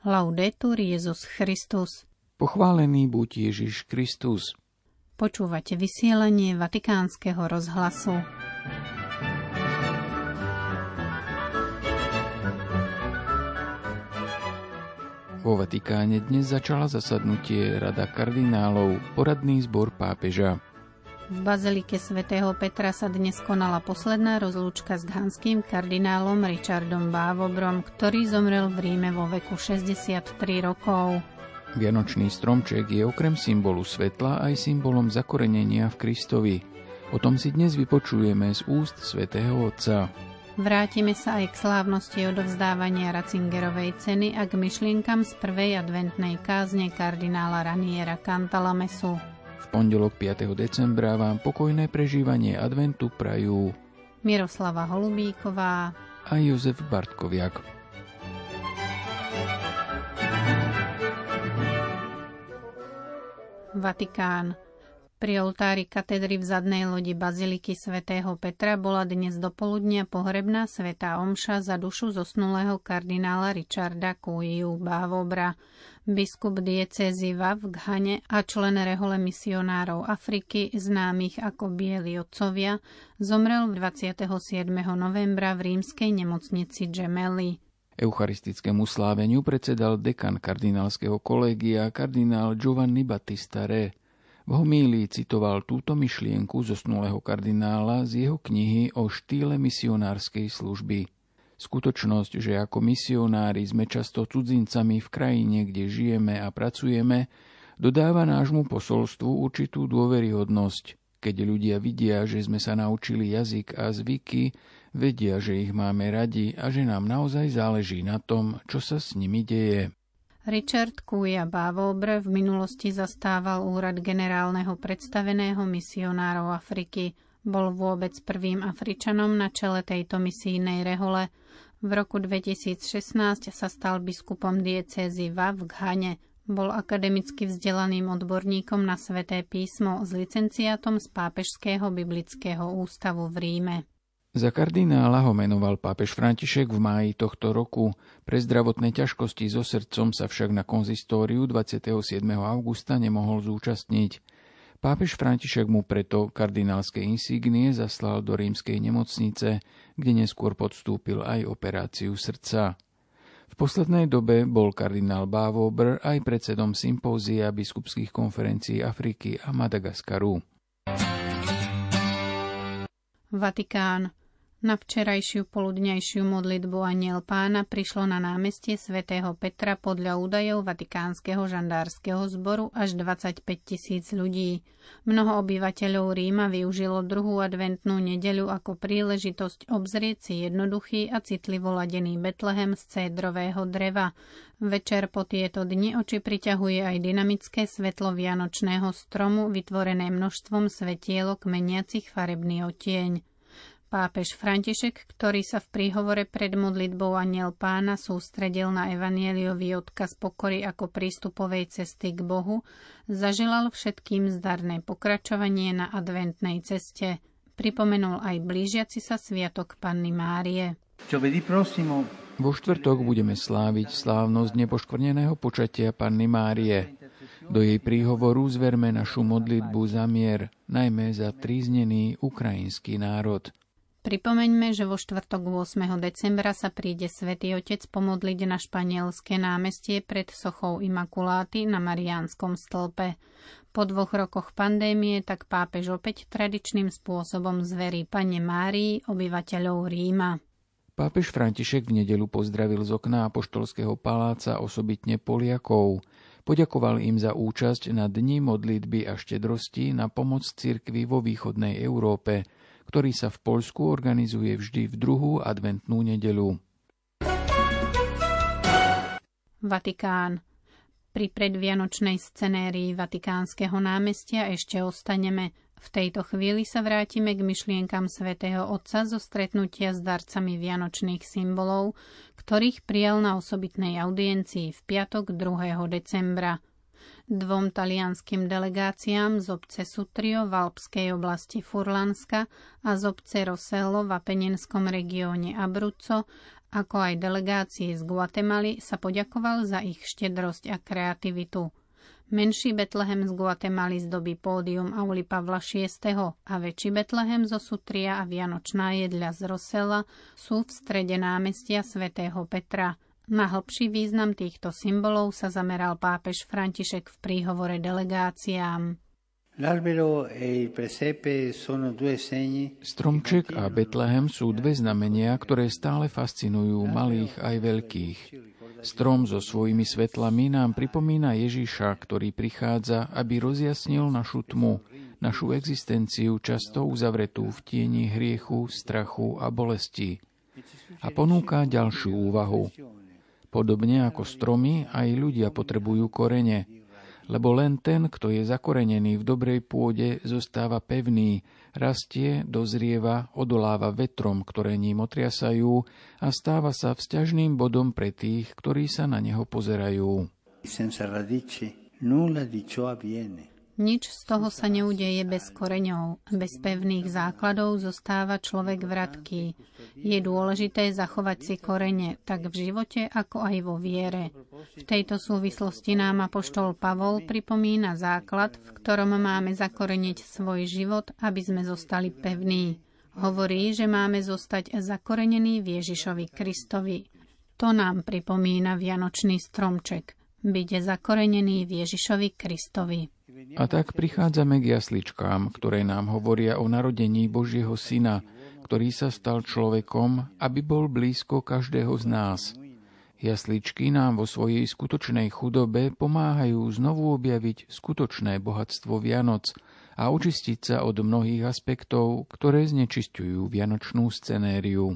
Laudetur Jesus Christus. Pochválený buď Ježiš Kristus. Počúvate vysielanie Vatikánskeho rozhlasu. Vo Vatikáne dnes začala zasadnutie Rada kardinálov, poradný zbor pápeža. V bazilike svätého Petra sa dnes konala posledná rozlúčka s ghanským kardinálom Richardom Bávobrom, ktorý zomrel v Ríme vo veku 63 rokov. Vianočný stromček je okrem symbolu svetla aj symbolom zakorenenia v Kristovi. O tom si dnes vypočujeme z úst svätého Otca. Vrátime sa aj k slávnosti odovzdávania Ratzingerovej ceny a k myšlienkam z prvej adventnej kázne kardinála Raniera Cantalamesu. V pondelok 5. decembra vám pokojné prežívanie adventu prajú Miroslava Holubíková a Jozef Bartkoviak. Vatikán. Pri oltári katedry v zadnej lodi baziliky svätého Petra bola dnes dopoludnia pohrebná svätá omša za dušu zosnulého kardinála Richarda Kuiu Bávobra. Biskup diecézy v Ghane a člen rehole misionárov Afriky, známych ako Bieli otcovia, zomrel 27. novembra v rímskej nemocnici Gemelli. Eucharistickému sláveniu predsedal dekan kardinálskeho kolégia kardinál Giovanni Battista Re. V homílii citoval túto myšlienku zosnulého kardinála z jeho knihy o štýle misionárskej služby. Skutočnosť, že ako misionári sme často cudzincami v krajine, kde žijeme a pracujeme, dodáva nášmu posolstvu určitú dôveryhodnosť. Keď ľudia vidia, že sme sa naučili jazyk a zvyky, vedia, že ich máme radi a že nám naozaj záleží na tom, čo sa s nimi deje. Richard Kuia Bávobr v minulosti zastával úrad generálneho predstaveného misionárov Afriky. Bol vôbec prvým Afričanom na čele tejto misijnej rehole. V roku 2016 sa stal biskupom diecézy v Ghane. Bol akademicky vzdelaným odborníkom na Sväté písmo s licenciátom z Pápežského biblického ústavu v Ríme. Za kardinála ho menoval pápež František v máji tohto roku. Pre zdravotné ťažkosti so srdcom sa však na konzistóriu 27. augusta nemohol zúčastniť. Pápež František mu preto kardinálske insígnie zaslal do rímskej nemocnice, kde neskôr podstúpil aj operáciu srdca. V poslednej dobe bol kardinál Bávobr aj predsedom sympózia biskupských konferencií Afriky a Madagaskaru. Vatikán. Na včerajšiu poludňajšiu modlitbu Anjel Pána prišlo na námestie svätého Petra podľa údajov Vatikánskeho žandárskeho zboru až 25 000 ľudí. Mnoho obyvateľov Ríma využilo druhú adventnú nedeľu ako príležitosť obzrieť si jednoduchý a citlivo ladený Betlehem z cédrového dreva. Večer po tieto dni oči priťahuje aj dynamické svetlo vianočného stromu, vytvorené množstvom svetielok meniacich farebný odtieň. Pápež František, ktorý sa v príhovore pred modlitbou Anjel Pána sústredil na evanjeliový odkaz pokory ako prístupovej cesty k Bohu, zaželal všetkým zdarné pokračovanie na adventnej ceste. Pripomenul aj blížiaci sa sviatok Panny Márie. Vo štvrtok budeme sláviť slávnosť nepoškvrneného počatia Panny Márie. Do jej príhovoru zverme našu modlitbu za mier, najmä za tríznený ukrajinský národ. Pripomeňme, že vo štvrtok 8. decembra sa príde Svätý Otec pomodliť na španielské námestie pred sochou Imakuláty na Mariánskom stĺpe. Po 2 rokoch pandémie tak pápež opäť tradičným spôsobom zverí Panne Márii obyvateľov Ríma. Pápež František v nedeľu pozdravil z okna apoštolského paláca osobitne Poliakov. Poďakoval im za účasť na dni modlitby a štedrosti na pomoc cirkvi vo východnej Európe, ktorý sa v Poľsku organizuje vždy v druhú adventnú nedeľu. Vatikán. Pri predvianočnej scenérii Vatikánskeho námestia ešte ostaneme. V tejto chvíli sa vrátime k myšlienkam svätého Otca zo stretnutia s darcami vianočných symbolov, ktorých prijal na osobitnej audiencii v piatok 2. decembra. 2 talianskym delegáciám z obce Sutrio v alpskej oblasti Furlanska a z obce Rosello v Apeninskom regióne Abruzzo ako aj delegácii z Guatemaly, sa poďakoval za ich štedrosť a kreativitu. Menší Betlehem z Guatemaly zdobí pódium Auly Pavla VI. A väčší Betlehem zo Sutria a vianočná jedľa z Rosela sú v strede námestia svätého Petra. Na hlbší význam týchto symbolov sa zameral pápež František v príhovore delegáciám. Stromček a Betlehem sú dve znamenia, ktoré stále fascinujú malých aj veľkých. Strom so svojimi svetlami nám pripomína Ježiša, ktorý prichádza, aby rozjasnil našu tmu, našu existenciu často uzavretú v tieni hriechu, strachu a bolesti. A ponúka ďalšiu úvahu. Podobne ako stromy, aj ľudia potrebujú korene, lebo len ten, kto je zakorenený v dobrej pôde, zostáva pevný, rastie, dozrieva, odoláva vetrom, ktoré ním otriasajú a stáva sa vzťažným bodom pre tých, ktorí sa na neho pozerajú. Nič z toho sa neudeje bez koreňov. Bez pevných základov zostáva človek vratký. Je dôležité zachovať si korene, tak v živote, ako aj vo viere. V tejto súvislosti nám apoštol Pavol pripomína základ, v ktorom máme zakoreniť svoj život, aby sme zostali pevní. Hovorí, že máme zostať zakorenení v Ježišovi Kristovi. To nám pripomína vianočný stromček. Byť zakorenený v Ježišovi Kristovi. A tak prichádzame k jasličkám, ktoré nám hovoria o narodení Božieho Syna, ktorý sa stal človekom, aby bol blízko každého z nás. Jasličky nám vo svojej skutočnej chudobe pomáhajú znovu objaviť skutočné bohatstvo Vianoc a očistiť sa od mnohých aspektov, ktoré znečisťujú vianočnú scenériu.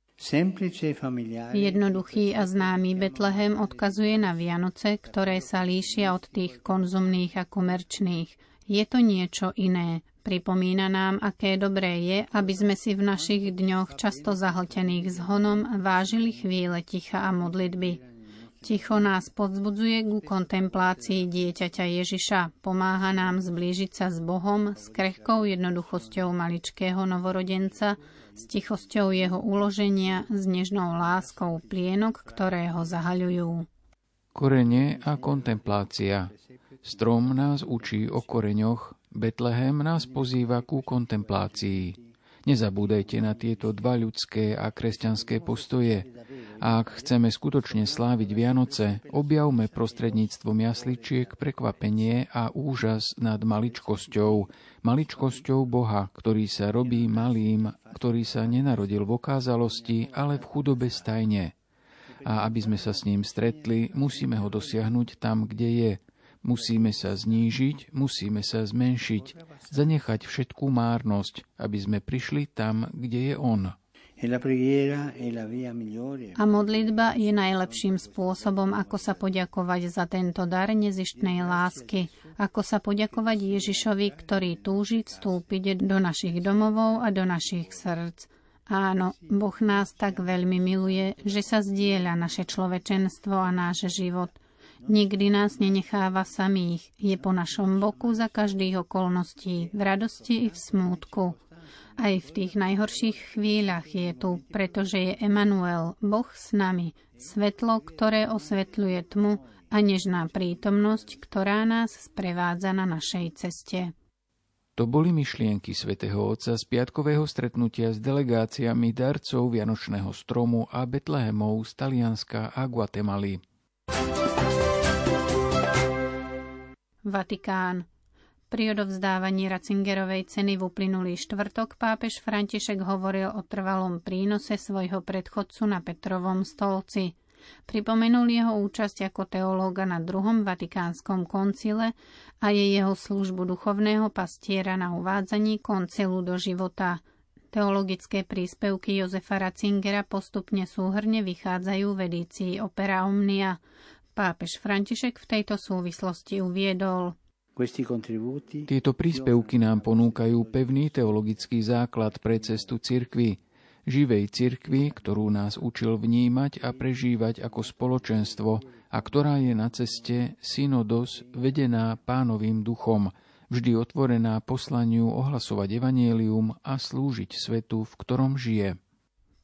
Jednoduchý a známy Betlehem odkazuje na Vianoce, ktoré sa líšia od tých konzumných a komerčných. Je to niečo iné. Pripomína nám, aké dobré je, aby sme si v našich dňoch často zahltených zhonom vážili chvíle ticha a modlitby. Ticho nás povzbudzuje ku kontemplácii dieťaťa Ježiša, pomáha nám zblížiť sa s Bohom, s krehkou jednoduchosťou maličkého novorodenca, s tichosťou jeho uloženia, s nežnou láskou plienok, ktoré ho zahaľujú. Korene a kontemplácia. Strom nás učí o koreňoch, Betlehem nás pozýva ku kontemplácii. Nezabúdajte na tieto dva ľudské a kresťanské postoje. A ak chceme skutočne sláviť Vianoce, objavme prostredníctvom jasličiek prekvapenie a úžas nad maličkosťou Boha, ktorý sa robí malým, ktorý sa nenarodil v okázalosti, ale v chudobe stajne. A aby sme sa s ním stretli, musíme ho dosiahnuť tam, kde je. Musíme sa znížiť, musíme sa zmenšiť, zanechať všetkú márnosť, aby sme prišli tam, kde je on. A modlitba je najlepším spôsobom, ako sa poďakovať za tento dar nezištnej lásky, ako sa poďakovať Ježišovi, ktorý túži vstúpiť do našich domovov a do našich srdc. Áno, Boh nás tak veľmi miluje, že sa zdieľa naše človečenstvo a náš život. Nikdy nás nenecháva samých, je po našom boku za každých okolností, v radosti i v smútku. Aj v tých najhorších chvíľach je tu, pretože je Emanuel, Boh s nami, svetlo, ktoré osvetľuje tmu a nežná prítomnosť, ktorá nás sprevádza na našej ceste. To boli myšlienky svätého Otca z piatkového stretnutia s delegáciami darcov Vianočného stromu a Betlehemov z Talianska a Guatemaly. Vatikán. Pri odovzdávaní Ratzingerovej ceny v uplynulý štvrtok pápež František hovoril o trvalom prínose svojho predchodcu na Petrovom stolci. Pripomenul jeho účasť ako teológa na druhom Vatikánskom koncile a jeho službu duchovného pastiera na uvádzaní koncilu do života. Teologické príspevky Jozefa Ratzingera postupne súhrne vychádzajú v edícii Opera Omnia. Pápež František v tejto súvislosti uviedol: Tieto príspevky nám ponúkajú pevný teologický základ pre cestu cirkvi, živej cirkvi, ktorú nás učil vnímať a prežívať ako spoločenstvo a ktorá je na ceste synodos vedená Pánovým duchom, vždy otvorená poslaniu ohlasovať evanjelium a slúžiť svetu, v ktorom žije.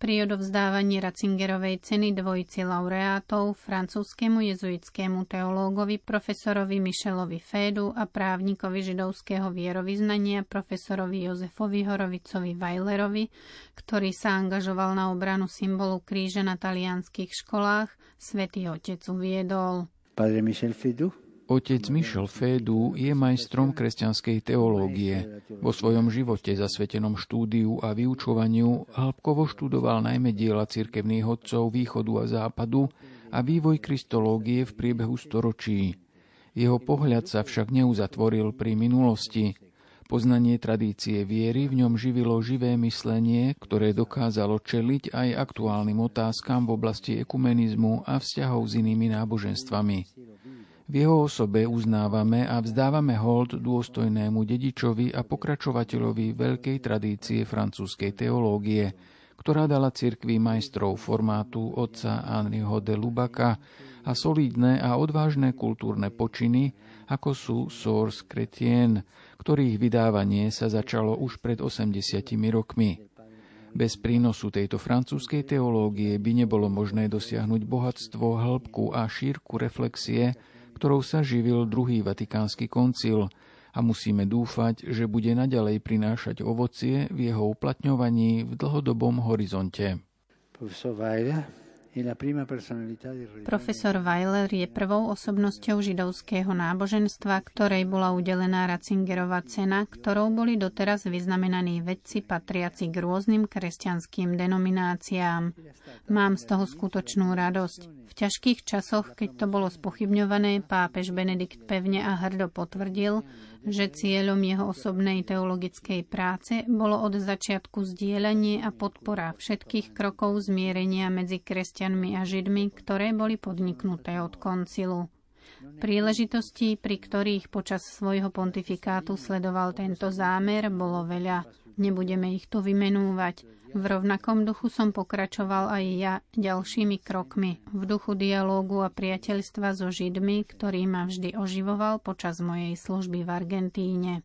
Pri odovzdávaní Ratzingerovej ceny dvojici laureátov, francúzskému jezuitskému teológovi profesorovi Michelovi Fédu a právnikovi židovského vierovyznania profesorovi Jozefovi Horovicovi Weilerovi, ktorý sa angažoval na obranu symbolu kríža na talianskych školách, Svätý Otec uviedol. Padre Michel Fédu? Otec Michel Fédu je majstrom kresťanskej teológie. Vo svojom živote zasvetenom štúdiu a vyučovaniu hĺbkovo študoval najmä diela cirkevných otcov východu a západu a vývoj kristológie v priebehu storočí. Jeho pohľad sa však neuzatvoril pri minulosti. Poznanie tradície viery v ňom živilo živé myslenie, ktoré dokázalo čeliť aj aktuálnym otázkam v oblasti ekumenizmu a vzťahov s inými náboženstvami. V jeho osobe uznávame a vzdávame hold dôstojnému dedičovi a pokračovateľovi veľkej tradície francúzskej teológie, ktorá dala cirkvi majstrov formátu otca Henriho de Lubaka a solídne a odvážne kultúrne počiny, ako sú Source chrétienne, ktorých vydávanie sa začalo už pred 80 rokmi. Bez prínosu tejto francúzskej teológie by nebolo možné dosiahnuť bohatstvo, hĺbku a šírku reflexie, ktorou sa živil druhý Vatikánsky koncil, a musíme dúfať, že bude naďalej prinášať ovocie v jeho uplatňovaní v dlhodobom horizonte. Profesor Weiler je prvou osobnosťou židovského náboženstva, ktorej bola udelená Ratzingerova cena, ktorou boli doteraz vyznamenaní vedci patriaci k rôznym kresťanským denomináciám. Mám z toho skutočnú radosť. V ťažkých časoch, keď to bolo spochybňované, pápež Benedikt pevne a hrdo potvrdil, že cieľom jeho osobnej teologickej práce bolo od začiatku zdieľanie a podpora všetkých krokov zmierenia medzi kresťanmi a židmi, ktoré boli podniknuté od koncilu. Príležitostí, pri ktorých počas svojho pontifikátu sledoval tento zámer, bolo veľa. Nebudeme ich tu vymenúvať. V rovnakom duchu som pokračoval aj ja ďalšími krokmi, v duchu dialógu a priateľstva so Židmi, ktorý ma vždy oživoval počas mojej služby v Argentíne.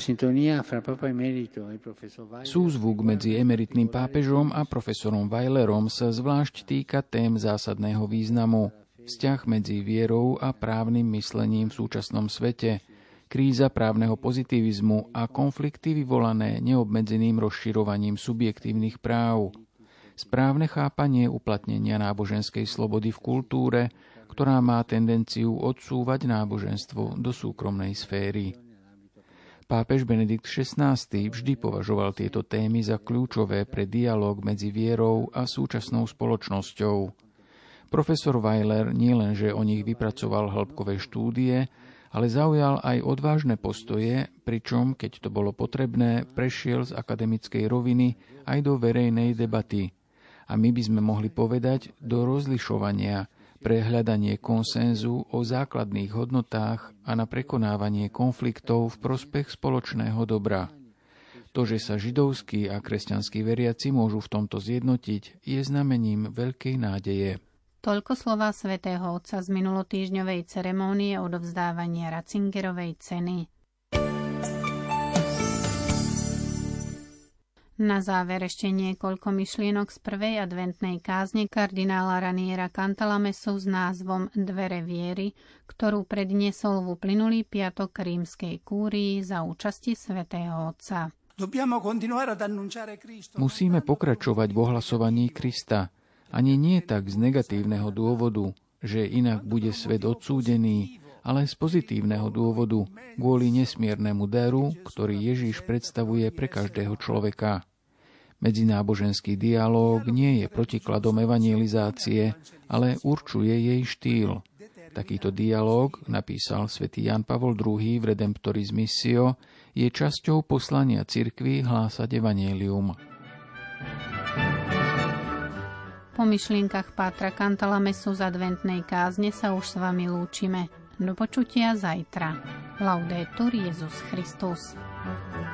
Súzvuk medzi emeritným pápežom a profesorom Weilerom sa zvlášť týka tém zásadného významu. Vzťah medzi vierou a právnym myslením v súčasnom svete, kríza právneho pozitivizmu a konflikty vyvolané neobmedzeným rozširovaním subjektívnych práv. Správne chápanie uplatnenia náboženskej slobody v kultúre, ktorá má tendenciu odsúvať náboženstvo do súkromnej sféry. Pápež Benedikt XVI vždy považoval tieto témy za kľúčové pre dialóg medzi vierou a súčasnou spoločnosťou. Profesor Weiler nielenže o nich vypracoval hĺbkové štúdie, ale zaujal aj odvážne postoje, pričom, keď to bolo potrebné, prešiel z akademickej roviny aj do verejnej debaty. A my by sme mohli povedať do rozlišovania, pre hľadanie konsenzu o základných hodnotách a na prekonávanie konfliktov v prospech spoločného dobra. To, že sa židovskí a kresťanskí veriaci môžu v tomto zjednotiť, je znamením veľkej nádeje. Toľko slová svätého Otca z minulotýždňovej ceremónie odovzdávania Ratzingerovej ceny. Na záver ešte niekoľko myšlienok z prvej adventnej kázne kardinála Raniera Cantalamesu s názvom Dvere viery, ktorú predniesol v uplynulý piatok rímskej kúrii za účasti svätého Otca. Musíme pokračovať v ohlasovaní Krista, ani nie tak z negatívneho dôvodu, že inak bude svet odsúdený, ale z pozitívneho dôvodu, kvôli nesmiernemu daru, ktorý Ježiš predstavuje pre každého človeka. Medzináboženský dialóg nie je protikladom evangelizácie, ale určuje jej štýl. Takýto dialóg, napísal svätý Ján Pavol II v Redemptoris Missio, je časťou poslania cirkvi hlásať evanjelium. Po myšlienkach pátra Cantalamesu z adventnej kázne sa už s vami lúčime. Do počutia zajtra. Laudetur Jesus Christus.